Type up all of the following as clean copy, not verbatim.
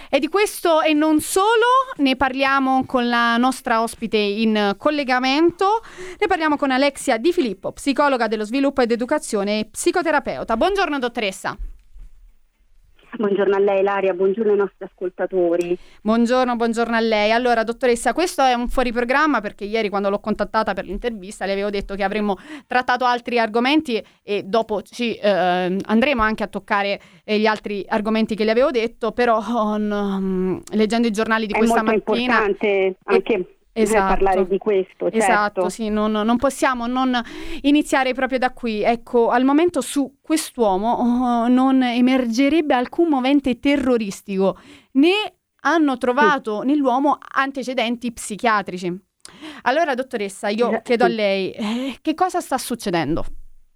E di questo e non solo ne parliamo con la nostra ospite in collegamento, ne parliamo con Alexia Di Filippo, psicologa dello sviluppo ed educazione e psicoterapeuta. Buongiorno dottoressa. Buongiorno a lei Ilaria, buongiorno ai nostri ascoltatori. Buongiorno a lei. Allora dottoressa, questo è un fuori programma perché ieri quando l'ho contattata per l'intervista le avevo detto che avremmo trattato altri argomenti e dopo ci andremo anche a toccare gli altri argomenti che le avevo detto, però leggendo i giornali di questa mattina... È molto importante anche... parlare di questo, certo. Esatto, sì, non possiamo non iniziare proprio da qui. Ecco, al momento su quest'uomo non emergerebbe alcun movente terroristico, né hanno trovato nell'uomo antecedenti psichiatrici. Allora, dottoressa, io chiedo a lei, che cosa sta succedendo?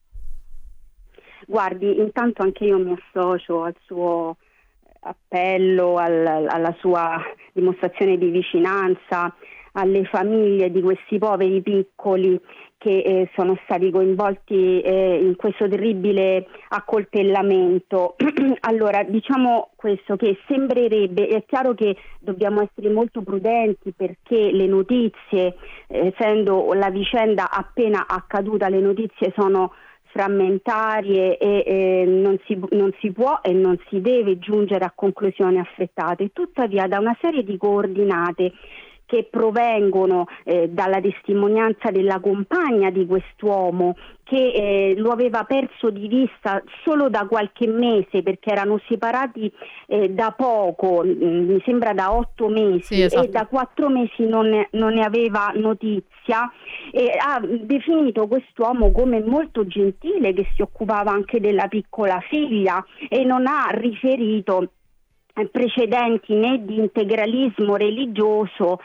Guardi, intanto anche io mi associo al suo appello, alla sua dimostrazione di vicinanza alle famiglie di questi poveri piccoli che sono stati coinvolti in questo terribile accoltellamento. Allora, diciamo questo, che sembrerebbe, è chiaro che dobbiamo essere molto prudenti perché le notizie, essendo la vicenda appena accaduta, le notizie sono frammentarie e non si può e non si deve giungere a conclusioni affrettate. Tuttavia, da una serie di coordinate che provengono dalla testimonianza della compagna di quest'uomo che lo aveva perso di vista solo da qualche mese perché erano separati da poco, mi sembra da 8 mesi, sì, esatto. E da 4 mesi non ne aveva notizia, e ha definito quest'uomo come molto gentile, che si occupava anche della piccola figlia e non ha riferito precedenti né di integralismo religioso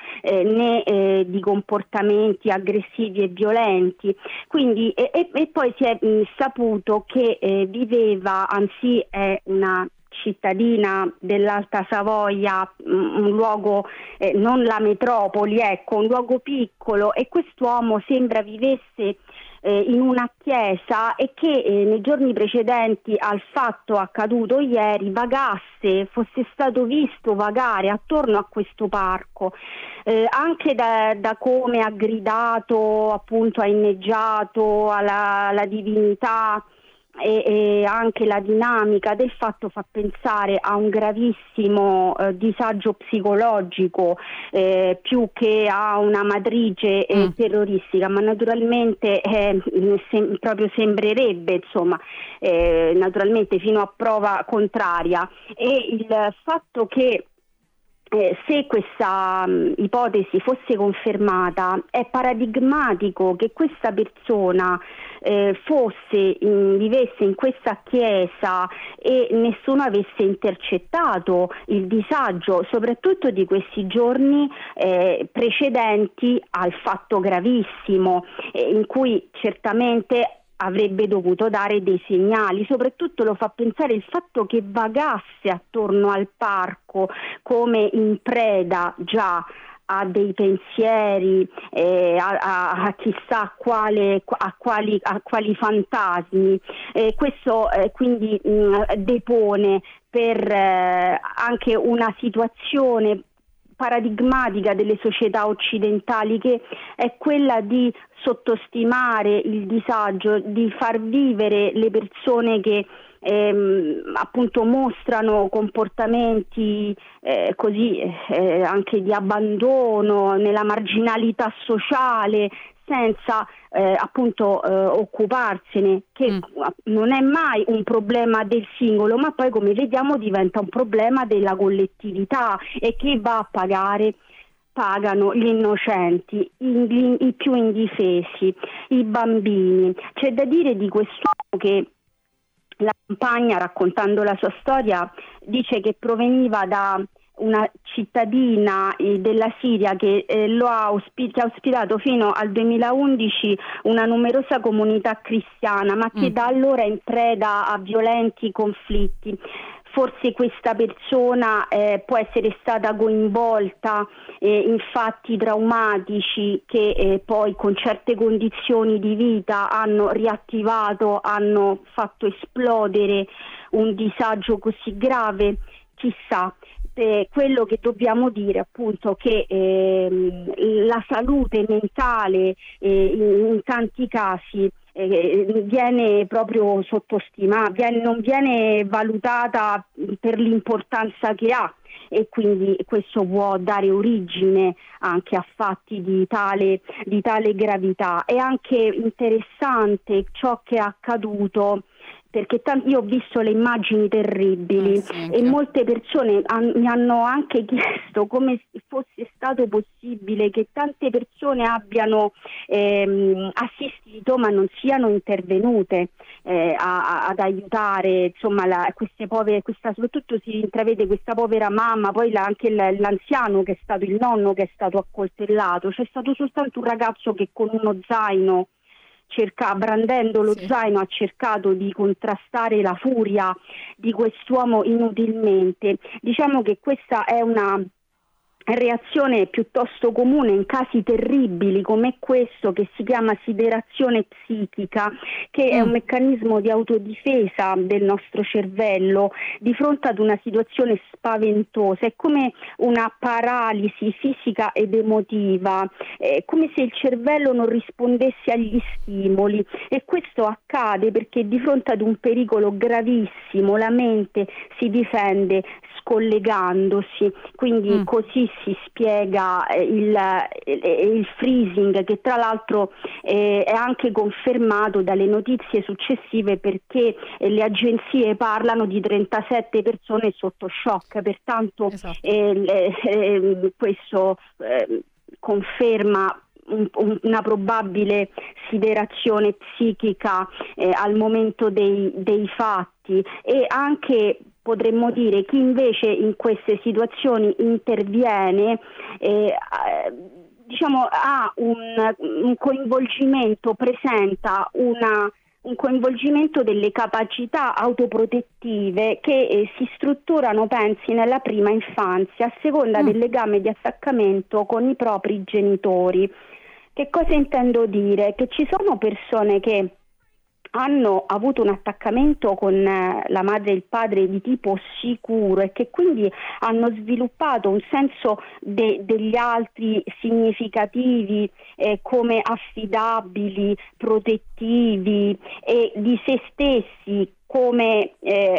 né di comportamenti aggressivi e violenti. Quindi e poi si è saputo che viveva, anzi è una cittadina dell'Alta Savoia, un luogo non la metropoli, ecco, un luogo piccolo, e quest'uomo sembra vivesse in una chiesa e che nei giorni precedenti al fatto accaduto ieri fosse stato visto vagare attorno a questo parco, anche da come ha gridato, appunto ha inneggiato alla divinità, e anche la dinamica del fatto fa pensare a un gravissimo disagio psicologico più che a una matrice terroristica, ma naturalmente proprio sembrerebbe, insomma, naturalmente fino a prova contraria. E il fatto che se questa ipotesi fosse confermata, è paradigmatico che questa persona vivesse in questa chiesa e nessuno avesse intercettato il disagio, soprattutto di questi giorni precedenti al fatto gravissimo, in cui certamente avrebbe dovuto dare dei segnali. Soprattutto lo fa pensare il fatto che vagasse attorno al parco come in preda già a dei pensieri, a chissà a quali fantasmi. Questo quindi depone per anche una situazione paradigmatica delle società occidentali, che è quella di sottostimare il disagio, di far vivere le persone che appunto mostrano comportamenti così anche di abbandono, nella marginalità sociale, senza appunto occuparsene, che non è mai un problema del singolo, ma poi, come vediamo, diventa un problema della collettività, e chi va a pagare? Pagano gli innocenti, i più indifesi, i bambini. C'è da dire di quest'uomo che la compagna, raccontando la sua storia, dice che proveniva da una cittadina della Siria che ha ospitato fino al 2011 una numerosa comunità cristiana, ma che da allora è in preda a violenti conflitti. Forse questa persona può essere stata coinvolta in fatti traumatici che poi, con certe condizioni di vita, hanno riattivato, hanno fatto esplodere un disagio così grave. Chissà. sicuramente quello che dobbiamo dire appunto che la salute mentale in tanti casi viene proprio sottostimata, non viene valutata per l'importanza che ha, e quindi questo può dare origine anche a fatti di tale gravità. È anche interessante ciò che è accaduto, perché io ho visto le immagini terribili e molte persone mi hanno anche chiesto come fosse stato possibile che tante persone abbiano assistito ma non siano intervenute ad aiutare, insomma, queste povere, soprattutto si intravede questa povera mamma, poi anche l'anziano che è stato il nonno che è stato accoltellato. C'è stato soltanto un ragazzo che con uno zaino, brandendo lo zaino, ha cercato di contrastare la furia di quest'uomo inutilmente. Diciamo che questa è una reazione piuttosto comune in casi terribili come questo, che si chiama siderazione psichica, che è un meccanismo di autodifesa del nostro cervello di fronte ad una situazione spaventosa. È come una paralisi fisica ed emotiva, è come se il cervello non rispondesse agli stimoli, e questo accade perché di fronte ad un pericolo gravissimo la mente si difende scollegandosi, quindi così si spiega il freezing, che tra l'altro è anche confermato dalle notizie successive, perché le agenzie parlano di 37 persone sotto shock, pertanto questo conferma una probabile siderazione psichica al momento dei fatti. E anche potremmo dire chi invece in queste situazioni interviene ha un coinvolgimento, presenta un coinvolgimento delle capacità autoprotettive che si strutturano, pensi, nella prima infanzia, a seconda del legame di attaccamento con i propri genitori. Che cosa intendo dire? Che ci sono persone che hanno avuto un attaccamento con la madre e il padre di tipo sicuro, e che quindi hanno sviluppato un senso degli altri significativi, come affidabili, protettivi, e di se stessi come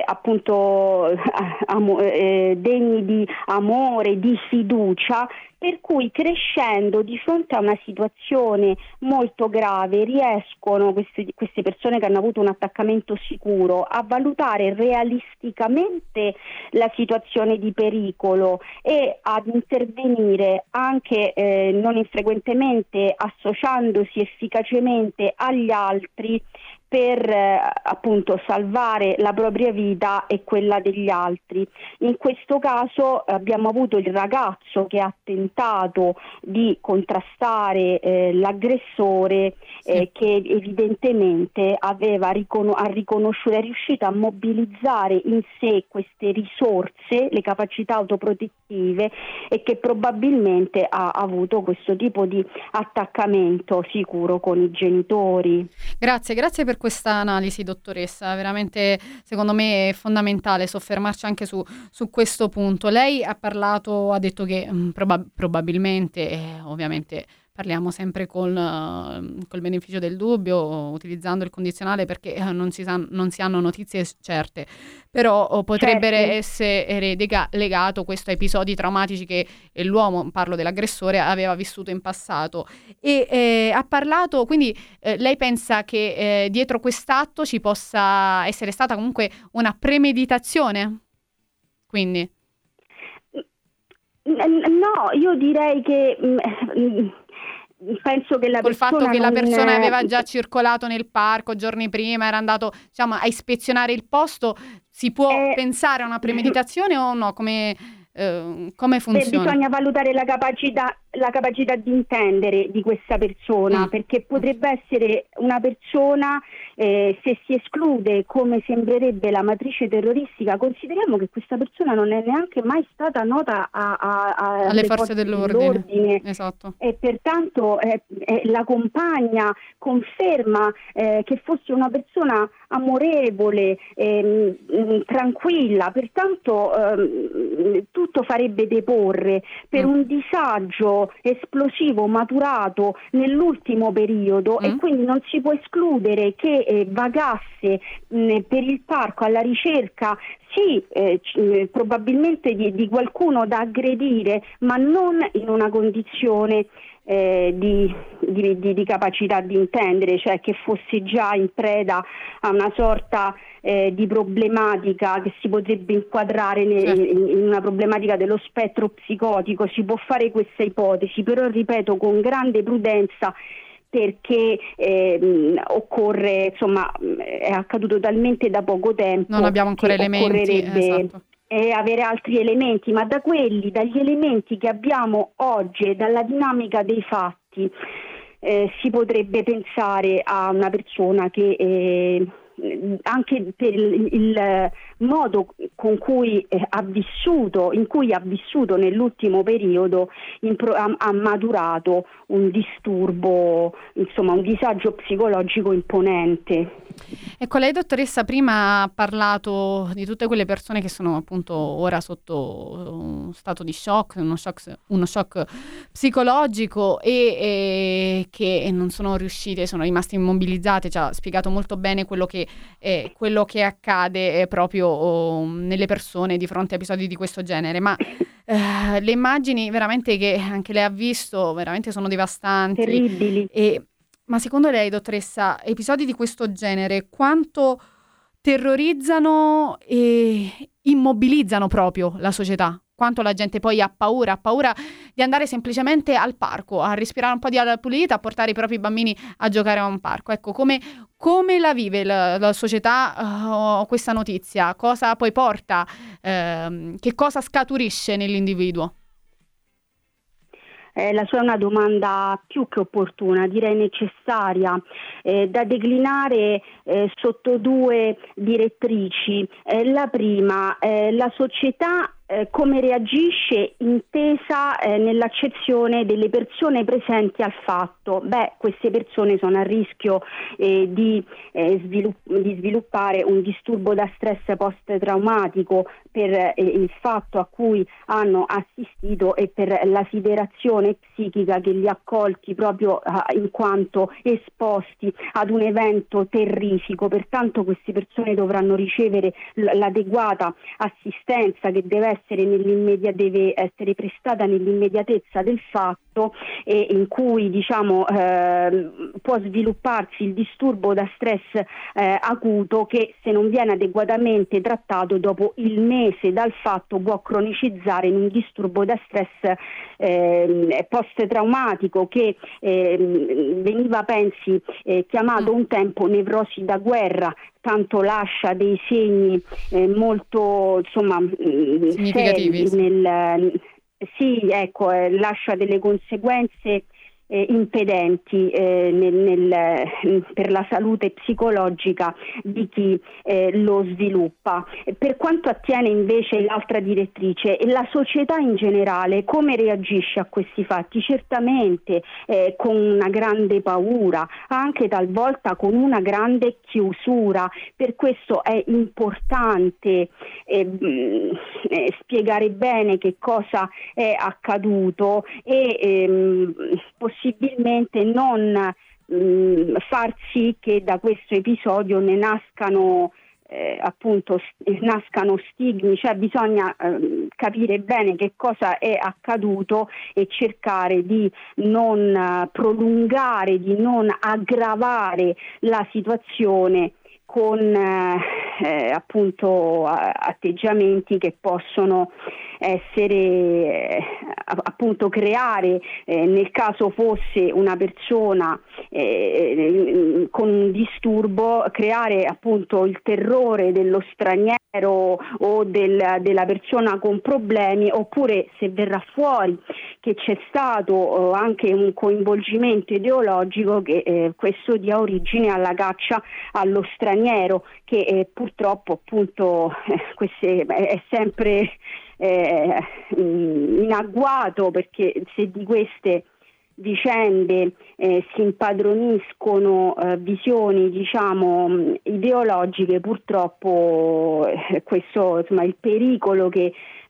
degni di amore, di fiducia, per cui crescendo di fronte a una situazione molto grave riescono queste persone che hanno avuto un attaccamento sicuro a valutare realisticamente la situazione di pericolo e ad intervenire anche non infrequentemente associandosi efficacemente agli altri per appunto salvare la propria vita e quella degli altri. In questo caso abbiamo avuto il ragazzo che ha tentato di contrastare l'aggressore, che evidentemente è riuscito a mobilizzare in sé queste risorse, le capacità autoprotettive, e che probabilmente ha avuto questo tipo di attaccamento sicuro con i genitori. Grazie per questa analisi, dottoressa. Veramente, secondo me, è fondamentale soffermarci anche su questo punto. Lei ha detto che probabilmente, ovviamente parliamo sempre col beneficio del dubbio, utilizzando il condizionale, perché non si hanno notizie certe, però potrebbe essere legato questo a episodi traumatici che l'uomo, parlo dell'aggressore, aveva vissuto in passato. E ha parlato, quindi lei pensa che dietro quest'atto ci possa essere stata comunque una premeditazione? Quindi no, io direi che penso che col fatto che la persona aveva già circolato nel parco giorni prima, era andato, diciamo, a ispezionare il posto, si può pensare a una premeditazione o no? Come funziona? Bisogna valutare la capacità di intendere di questa persona, perché potrebbe essere una persona, se si esclude come sembrerebbe la matrice terroristica, consideriamo che questa persona non è neanche mai stata nota alle forze dell'ordine. Esatto. E pertanto la compagna conferma che fosse una persona amorevole, tranquilla, pertanto soprattutto farebbe deporre per un disagio esplosivo maturato nell'ultimo periodo, e quindi non si può escludere che vagasse per il parco alla ricerca probabilmente di qualcuno da aggredire, ma non in una condizione di capacità di intendere, cioè che fosse già in preda a una sorta di problematica che si potrebbe inquadrare in una problematica dello spettro psicotico. Si può fare questa ipotesi, però ripeto con grande prudenza, perché occorre, insomma, è accaduto talmente da poco tempo, non abbiamo ancora elementi, esatto. Avere altri elementi, ma dagli elementi che abbiamo oggi e dalla dinamica dei fatti si potrebbe pensare a una persona che anche per il modo con cui in cui ha vissuto nell'ultimo periodo, ha maturato un disturbo, insomma un disagio psicologico imponente. Ecco, lei dottoressa prima ha parlato di tutte quelle persone che sono appunto ora sotto un stato di shock, uno shock psicologico e che non sono riuscite, sono rimaste immobilizzate. Ci ha spiegato molto bene quello che accade proprio nelle persone di fronte a episodi di questo genere, ma le immagini veramente che anche lei ha visto veramente sono devastanti, terribili. Ma secondo lei, dottoressa, episodi di questo genere quanto terrorizzano e immobilizzano proprio la società? Quanto la gente poi ha paura di andare semplicemente al parco, a respirare un po' di aria pulita, a portare i propri bambini a giocare a un parco. Ecco, come la vive la società questa notizia? Cosa poi porta? Che cosa scaturisce nell'individuo? La sua è una domanda più che opportuna, direi necessaria, da declinare sotto due direttrici. La prima, la società come reagisce intesa nell'accezione delle persone presenti al fatto. Queste persone sono a rischio di sviluppare un disturbo da stress post-traumatico per il fatto a cui hanno assistito e per la siderazione psichica che li ha colti proprio in quanto esposti ad un evento terrifico. Pertanto queste persone dovranno ricevere l'adeguata assistenza che deve essere prestata nell'immediatezza del fatto, e in cui può svilupparsi il disturbo da stress acuto, che se non viene adeguatamente trattato dopo il mese dal fatto può cronicizzare in un disturbo da stress post-traumatico che veniva chiamato un tempo nevrosi da guerra, tanto lascia dei segni molto significativi. Lascia delle conseguenze impedenti per la salute psicologica di chi lo sviluppa. Per quanto attiene invece l'altra direttrice, la società in generale come reagisce a questi fatti? Certamente con una grande paura, anche talvolta con una grande chiusura. Per questo è importante spiegare bene che cosa è accaduto e possibilmente non far sì che da questo episodio ne nascano stigmi, cioè bisogna capire bene che cosa è accaduto e cercare di non prolungare, di non aggravare la situazione con atteggiamenti che possono essere creare, nel caso fosse una persona con un disturbo, creare il terrore dello straniero o della persona con problemi, oppure se verrà fuori che c'è stato anche un coinvolgimento ideologico, che questo dia origine alla caccia allo straniero, che purtroppo è sempre in agguato, perché se di queste vicende si impadroniscono visioni ideologiche, purtroppo questo il pericolo che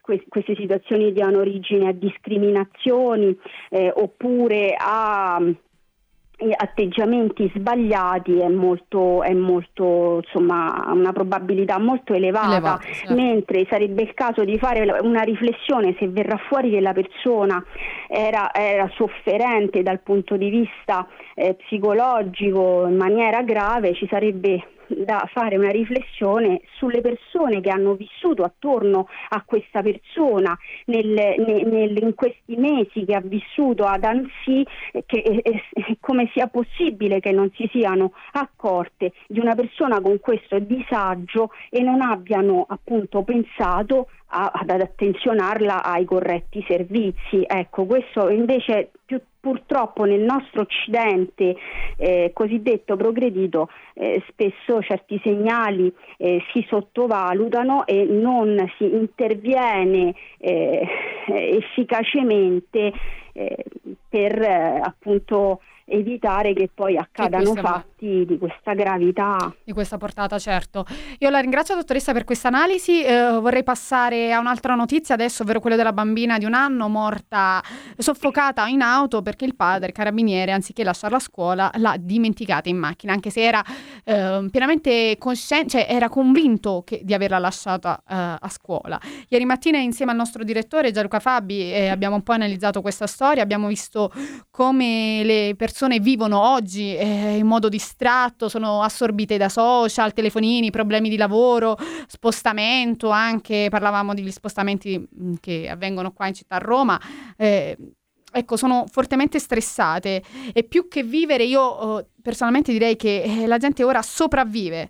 queste situazioni diano origine a discriminazioni oppure a atteggiamenti sbagliati è molto insomma una probabilità molto elevata, certo. Mentre sarebbe il caso di fare una riflessione se verrà fuori che la persona era sofferente dal punto di vista psicologico in maniera grave. Ci sarebbe da fare una riflessione sulle persone che hanno vissuto attorno a questa persona in questi mesi che ha vissuto ad Annecy, come sia possibile che non si siano accorte di una persona con questo disagio e non abbiano appunto pensato ad attenzionarla ai corretti servizi. Ecco, questo invece purtroppo nel nostro Occidente cosiddetto progredito spesso certi segnali si sottovalutano e non si interviene efficacemente per appunto evitare che poi accadano fatti di questa gravità. Di questa portata, certo. Io la ringrazio, dottoressa, per questa analisi. Vorrei passare a un'altra notizia adesso, ovvero quella della bambina di 1 anno morta soffocata in auto perché il padre, carabiniere, anziché lasciarla a scuola, l'ha dimenticata in macchina, anche se era pienamente cosciente, cioè era convinto di averla lasciata a scuola. Ieri mattina, insieme al nostro direttore Gianluca Fabi, abbiamo un po' analizzato questa storia, abbiamo visto come le persone vivono oggi in modo distratto, sono assorbite da social, telefonini, problemi di lavoro, spostamento, anche parlavamo degli spostamenti che avvengono qua in città a Roma. Ecco, sono fortemente stressate e più che vivere io personalmente direi che la gente ora sopravvive.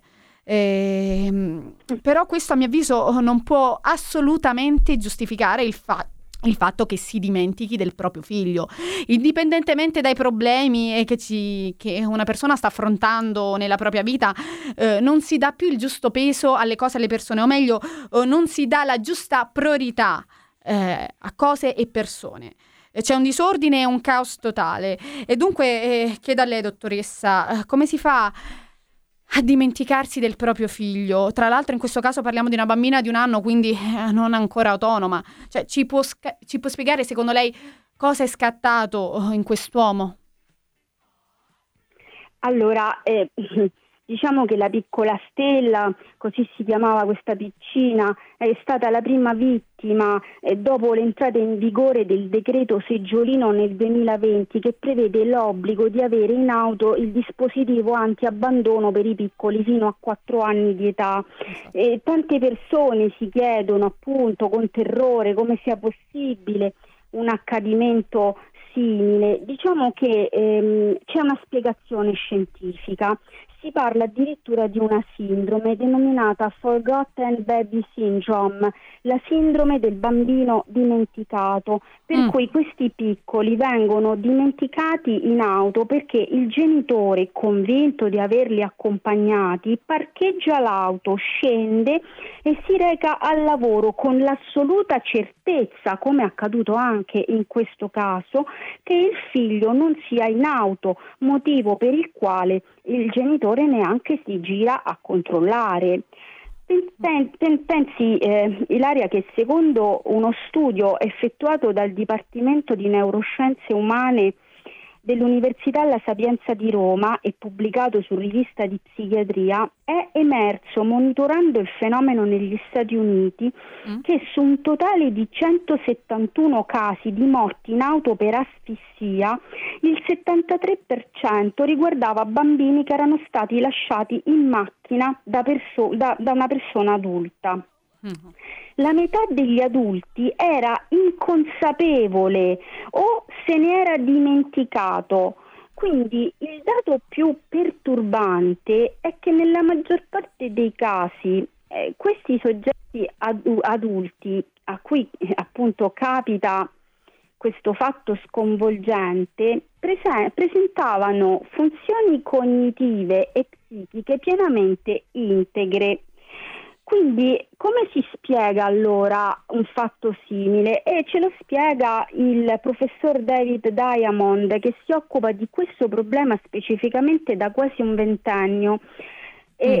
Però questo a mio avviso non può assolutamente giustificare il fatto che si dimentichi del proprio figlio, indipendentemente dai problemi che una persona sta affrontando nella propria vita. Non si dà più il giusto peso alle cose, alle persone, o meglio non si dà la giusta priorità a cose e persone. C'è un disordine e un caos totale e dunque chiedo a lei, dottoressa, come si fa a dimenticarsi del proprio figlio? Tra l'altro in questo caso parliamo di una bambina di 1 anno, quindi non ancora autonoma. Cioè, ci può spiegare secondo lei cosa è scattato in quest'uomo? Allora, diciamo che la piccola Stella, così si chiamava questa piccina, è stata la prima vittima dopo l'entrata in vigore del decreto Seggiolino nel 2020, che prevede l'obbligo di avere in auto il dispositivo anti-abbandono per i piccoli fino a 4 anni di età. Tante persone si chiedono appunto con terrore come sia possibile un accadimento simile. Diciamo che c'è una spiegazione scientifica. Si parla addirittura di una sindrome denominata Forgotten Baby Syndrome, la sindrome del bambino dimenticato, per cui questi piccoli vengono dimenticati in auto perché il genitore, convinto di averli accompagnati, parcheggia l'auto, scende e si reca al lavoro con l'assoluta certezza, come è accaduto anche in questo caso, che il figlio non sia in auto, motivo per il quale il genitore neanche si gira a controllare. Pensi, Ilaria, che secondo uno studio effettuato dal Dipartimento di Neuroscienze Umane dell'Università La Sapienza di Roma e pubblicato su Rivista di Psichiatria, è emerso, monitorando il fenomeno negli Stati Uniti, che su un totale di 171 casi di morti in auto per asfissia, il 73% riguardava bambini che erano stati lasciati in macchina da una persona adulta. La metà degli adulti era inconsapevole o se ne era dimenticato. Quindi il dato più perturbante è che nella maggior parte dei casi questi soggetti adulti a cui appunto capita questo fatto sconvolgente presentavano funzioni cognitive e psichiche pienamente integre. Quindi come si spiega allora un fatto simile? E ce lo spiega il professor David Diamond, che si occupa di questo problema specificamente da quasi un 20ennio. E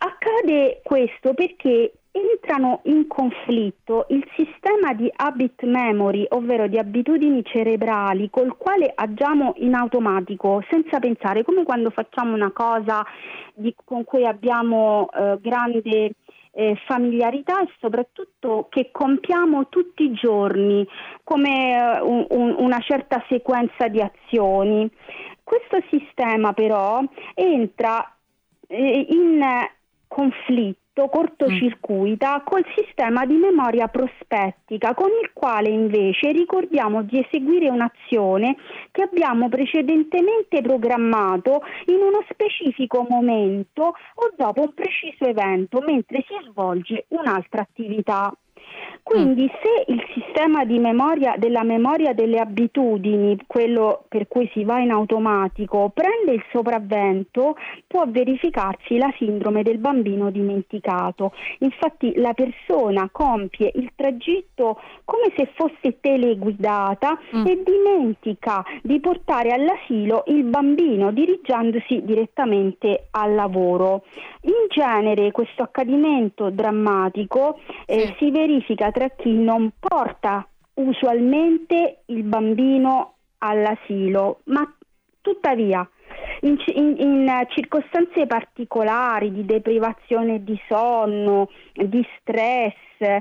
Accade questo perché entrano in conflitto il sistema di habit memory, ovvero di abitudini cerebrali, col quale agiamo in automatico, senza pensare, come quando facciamo una cosa con cui abbiamo grande familiarità e soprattutto che compiamo tutti i giorni, come una certa sequenza di azioni. Questo sistema però entra in conflitto, cortocircuita col sistema di memoria prospettica, con il quale invece ricordiamo di eseguire un'azione che abbiamo precedentemente programmato in uno specifico momento o dopo un preciso evento, mentre si svolge un'altra attività. Quindi se il sistema di memoria delle abitudini, quello per cui si va in automatico, prende il sopravvento, può verificarsi la sindrome del bambino dimenticato. Infatti la persona compie il tragitto come se fosse teleguidata e dimentica di portare all'asilo il bambino dirigendosi direttamente al lavoro. In genere questo accadimento drammatico si verifica tra chi non porta usualmente il bambino all'asilo, ma tuttavia in circostanze particolari di deprivazione di sonno, di stress,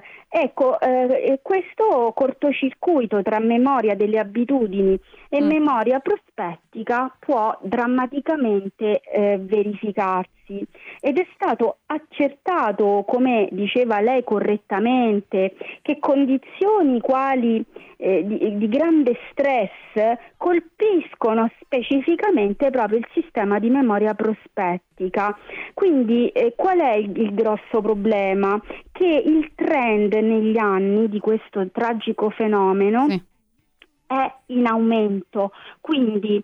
questo cortocircuito tra memoria delle abitudini e memoria prospettica può drammaticamente verificarsi. Ed è stato accertato, come diceva lei correttamente, che condizioni quali di grande stress colpiscono specificamente proprio il sistema di memoria prospettica. Quindi qual è il grosso problema? Che il trend negli anni di questo tragico fenomeno è in aumento, quindi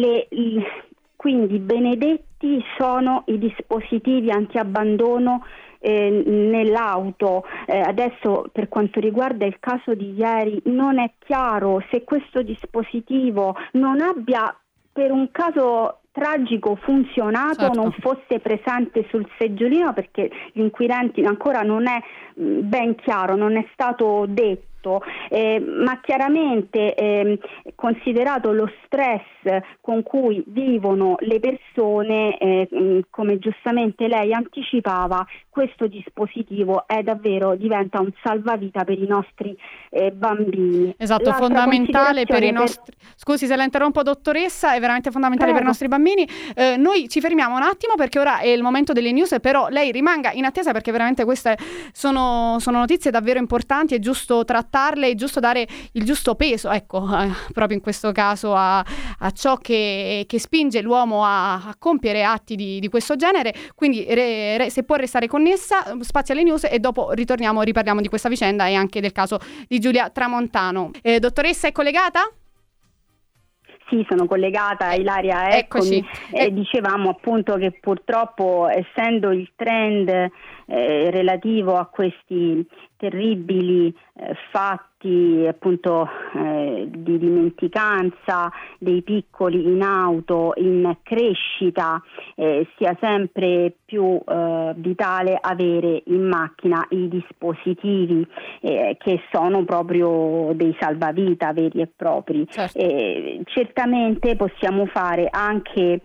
benedetti sono i dispositivi antiabbandono nell'auto. Adesso, per quanto riguarda il caso di ieri, non è chiaro se questo dispositivo non abbia per un caso tragico funzionato, non fosse presente sul seggiolino, perché gli inquirenti ancora non è ben chiaro, non è stato detto. Ma chiaramente considerato lo stress con cui vivono le persone, come giustamente lei anticipava, questo dispositivo diventa un salvavita per i nostri bambini. Esatto, fondamentale per i nostri... Scusi se la interrompo, dottoressa, è veramente fondamentale per i nostri bambini. Noi ci fermiamo un attimo perché ora è il momento delle news, però lei rimanga in attesa perché veramente queste sono notizie davvero importanti, è giusto trattarle, è giusto dare il giusto peso, proprio in questo caso a ciò che spinge l'uomo a compiere atti di questo genere. Quindi se può restare connessa, spazio alle news e dopo riparliamo di questa vicenda e anche del caso di Giulia Tramontano. Dottoressa, è collegata? Sì, sono collegata, Ilaria, eccoci. Dicevamo appunto che purtroppo, essendo il trend relativo a questi terribili fatti appunto di dimenticanza dei piccoli in auto in crescita, sia sempre più vitale avere in macchina i dispositivi che sono proprio dei salvavita veri e propri. Certo. Certamente possiamo fare anche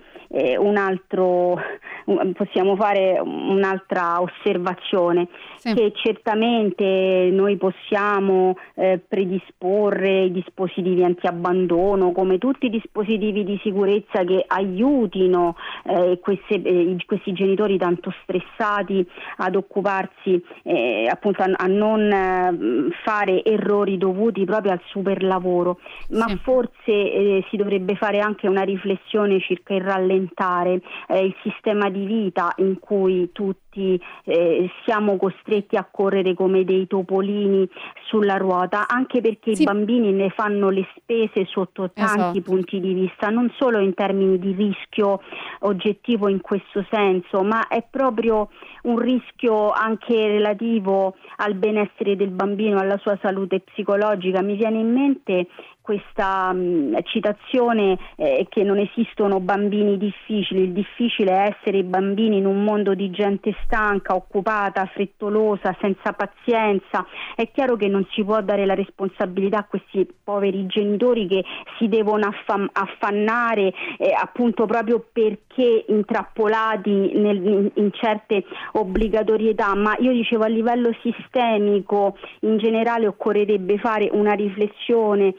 un'altra osservazione, che certamente noi possiamo predisporre i dispositivi antiabbandono come tutti i dispositivi di sicurezza che aiutino questi genitori tanto stressati ad occuparsi appunto a non fare errori dovuti proprio al superlavoro, ma forse si dovrebbe fare anche una riflessione circa il rallentare il sistema di vita in cui tutti siamo costretti a correre come dei topolini sulla ruota, anche perché i bambini ne fanno le spese sotto tanti punti di vista, non solo in termini di rischio oggettivo in questo senso, ma è proprio un rischio anche relativo al benessere del bambino, alla sua salute psicologica. Mi viene in mente questa citazione che non esistono bambini difficili, il difficile è essere bambini in un mondo di gente stanca, occupata, frettolosa, senza pazienza. È chiaro che non si può dare la responsabilità a questi poveri genitori che si devono affannare appunto proprio perché intrappolati in certe obbligatorietà, ma io dicevo a livello sistemico in generale occorrerebbe fare una riflessione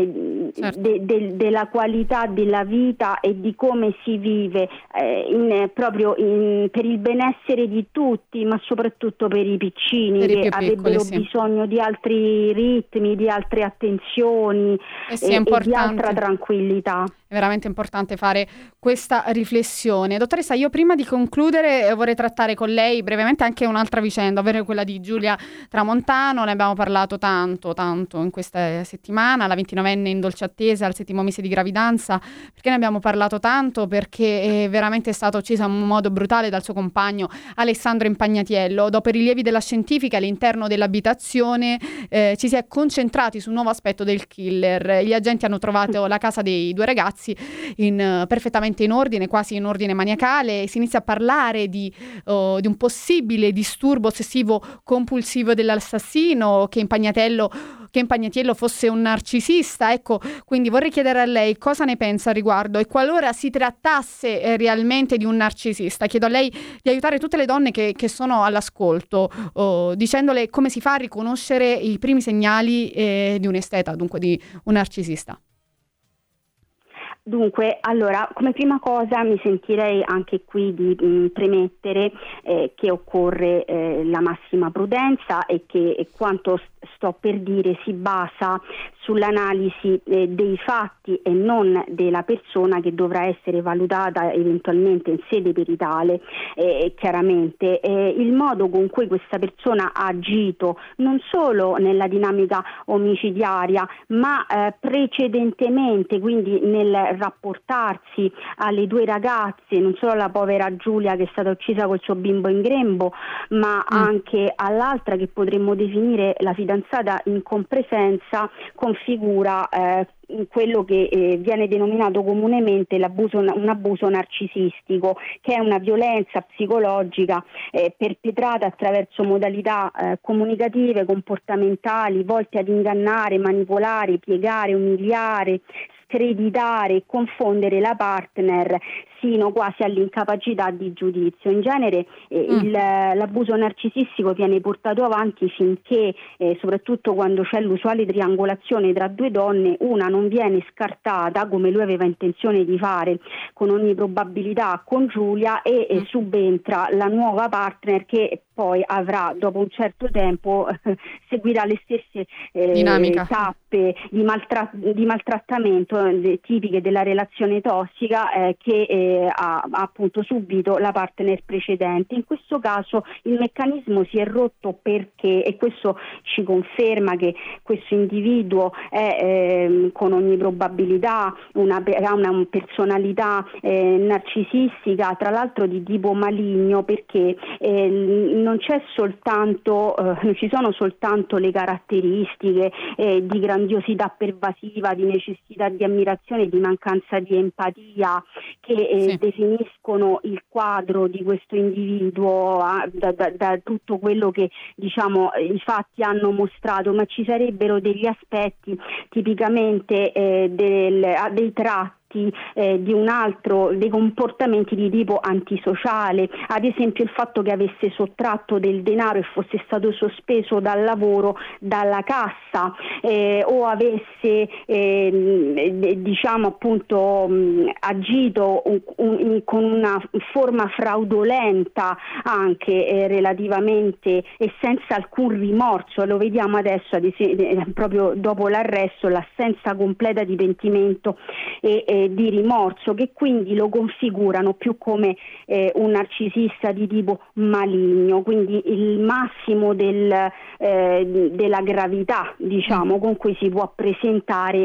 della qualità della vita e di come si vive per il benessere di tutti, ma soprattutto per i piccini che avrebbero bisogno di altri ritmi, di altre attenzioni e di altra tranquillità. È veramente importante fare questa riflessione. Dottoressa, io prima di concludere vorrei trattare con lei brevemente anche un'altra vicenda, ovvero quella di Giulia Tramontano. Ne abbiamo parlato tanto in questa settimana, la 29enne in dolce attesa al 7° mese di gravidanza. Perché ne abbiamo parlato tanto? Perché è veramente stata uccisa in un modo brutale dal suo compagno Alessandro Impagnatiello. Dopo i rilievi della scientifica all'interno dell'abitazione ci si è concentrati sul nuovo aspetto del killer. Gli agenti hanno trovato la casa dei due ragazzi perfettamente in ordine, quasi in ordine maniacale. Si inizia a parlare di un possibile disturbo ossessivo compulsivo dell'assassino, che Impagnatiello fosse un narcisista. Ecco, quindi vorrei chiedere a lei cosa ne pensa al riguardo e qualora si trattasse realmente di un narcisista. Chiedo a lei di aiutare tutte le donne che sono all'ascolto, dicendole come si fa a riconoscere i primi segnali di un esteta, dunque di un narcisista. Dunque, allora, come prima cosa mi sentirei anche qui di premettere che occorre la massima prudenza e che quanto sto per dire si basa sull'analisi dei fatti e non della persona, che dovrà essere valutata eventualmente in sede peritale. Chiaramente il modo con cui questa persona ha agito non solo nella dinamica omicidiaria ma precedentemente, quindi nel rapportarsi alle due ragazze, non solo alla povera Giulia che è stata uccisa col suo bimbo in grembo, ma anche all'altra che potremmo definire la fidanzata in compresenza, configura quello che viene denominato comunemente un abuso narcisistico, che è una violenza psicologica perpetrata attraverso modalità comunicative, comportamentali, volte ad ingannare, manipolare, piegare, umiliare, screditare e confondere la partner sino quasi all'incapacità di giudizio. In genere l'abuso narcisistico viene portato avanti finché, soprattutto quando c'è l'usuale triangolazione tra due donne, una non viene scartata, come lui aveva intenzione di fare con ogni probabilità con Giulia, e subentra la nuova partner che poi avrà, dopo un certo tempo, seguirà le stesse tappe di maltrattamento tipiche della relazione tossica che ha appunto subito la partner precedente. In questo caso il meccanismo si è rotto perché, e questo ci conferma che questo individuo è con ogni probabilità ha una personalità narcisistica, tra l'altro di tipo maligno, perché non ci sono soltanto le caratteristiche di grandiosità pervasiva, di necessità di ammirazione, di mancanza di empatia che definiscono il quadro di questo individuo da tutto quello che i fatti hanno mostrato, ma ci sarebbero degli aspetti tipicamente dei tratti dei comportamenti di tipo antisociale, ad esempio il fatto che avesse sottratto del denaro e fosse stato sospeso dal lavoro dalla cassa, o avesse agito con una forma fraudolenta anche relativamente e senza alcun rimorso. Lo vediamo adesso proprio dopo l'arresto, l'assenza completa di pentimento e di rimorso, che quindi lo configurano più come un narcisista di tipo maligno, quindi il massimo della gravità, diciamo, con cui si può presentare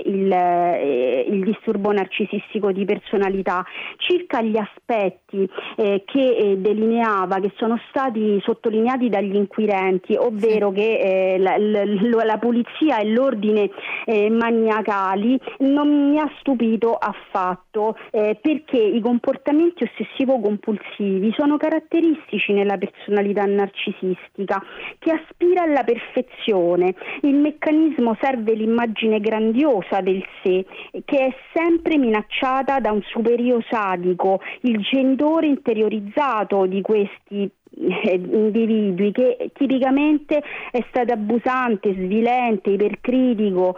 il disturbo narcisistico di personalità. Circa gli aspetti che delineava, che sono stati sottolineati dagli inquirenti, ovvero che la pulizia e l'ordine maniacali, non mi ha stupito affatto, perché i comportamenti ossessivo-compulsivi sono caratteristici nella personalità narcisistica, che aspira alla perfezione. Il meccanismo serve l'immagine grandiosa del sé, che è sempre minacciata da un superio sadico, il genitore interiorizzato di questi individui, che tipicamente è stato abusante, svilente, ipercritico,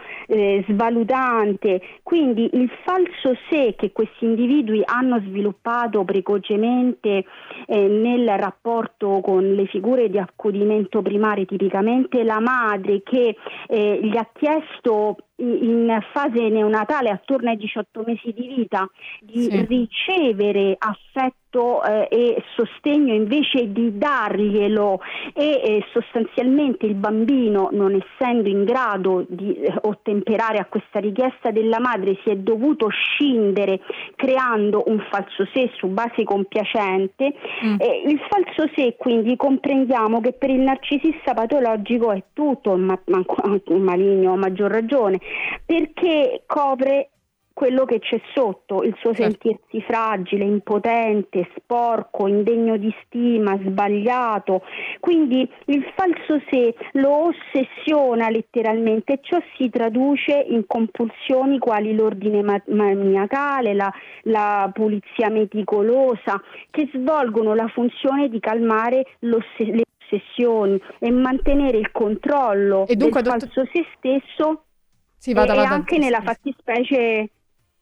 svalutante. Quindi il falso sé che questi individui hanno sviluppato precocemente nel rapporto con le figure di accudimento primarie, tipicamente la madre che gli ha chiesto in fase neonatale, attorno ai 18 mesi di vita, di ricevere affetto e sostegno invece di darglielo, e sostanzialmente il bambino, non essendo in grado di ottemperare a questa richiesta della madre, si è dovuto scindere creando un falso sé su base compiacente. Il falso sé, quindi, comprendiamo che per il narcisista patologico è tutto un maligno, a maggior ragione, perché copre quello che c'è sotto, il suo sentirsi fragile, impotente, sporco, indegno di stima, sbagliato. Quindi il falso sé lo ossessiona letteralmente, e ciò si traduce in compulsioni quali l'ordine maniacale, la pulizia meticolosa, che svolgono la funzione di calmare le ossessioni e mantenere il controllo del falso sé stesso. Anche nella fattispecie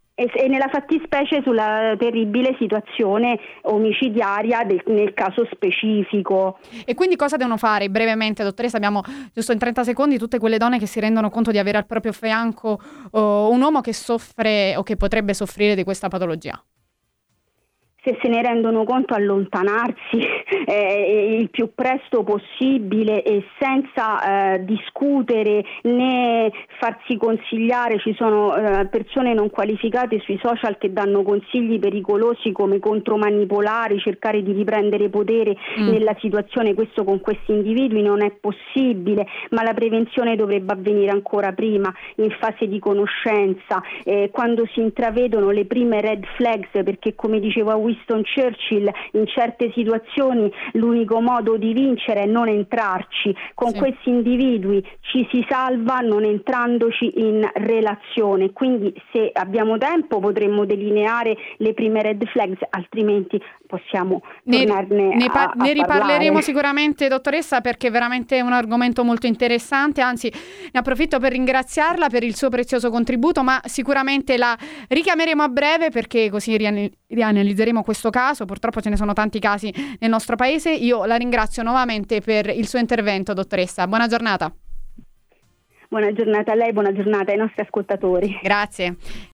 sulla terribile situazione omicidiaria nel caso specifico. E quindi cosa devono fare? Brevemente, dottoressa, abbiamo giusto in 30 secondi tutte quelle donne che si rendono conto di avere al proprio fianco un uomo che soffre o che potrebbe soffrire di questa patologia. Se se ne rendono conto, allontanarsi il più presto possibile e senza discutere né farsi consigliare. Ci sono persone non qualificate sui social che danno consigli pericolosi come contromanipolari, cercare di riprendere potere nella situazione. Questo con questi individui non è possibile, ma la prevenzione dovrebbe avvenire ancora prima, in fase di conoscenza, quando si intravedono le prime red flags, perché, come diceva Winston Churchill, in certe situazioni l'unico modo di vincere è non entrarci. Con questi individui ci si salva non entrandoci in relazione. Quindi, se abbiamo tempo, potremmo delineare le prime red flags, altrimenti possiamo tornarne ne riparleremo parlare. Sicuramente, dottoressa, perché è veramente un argomento molto interessante. Anzi, ne approfitto per ringraziarla per il suo prezioso contributo, ma sicuramente la richiameremo a breve, perché così rianalizzeremo questo caso. Purtroppo ce ne sono tanti casi nel nostro paese. Io la ringrazio nuovamente per il suo intervento, dottoressa. Buona giornata. Buona giornata a lei, buona giornata ai nostri ascoltatori. Grazie.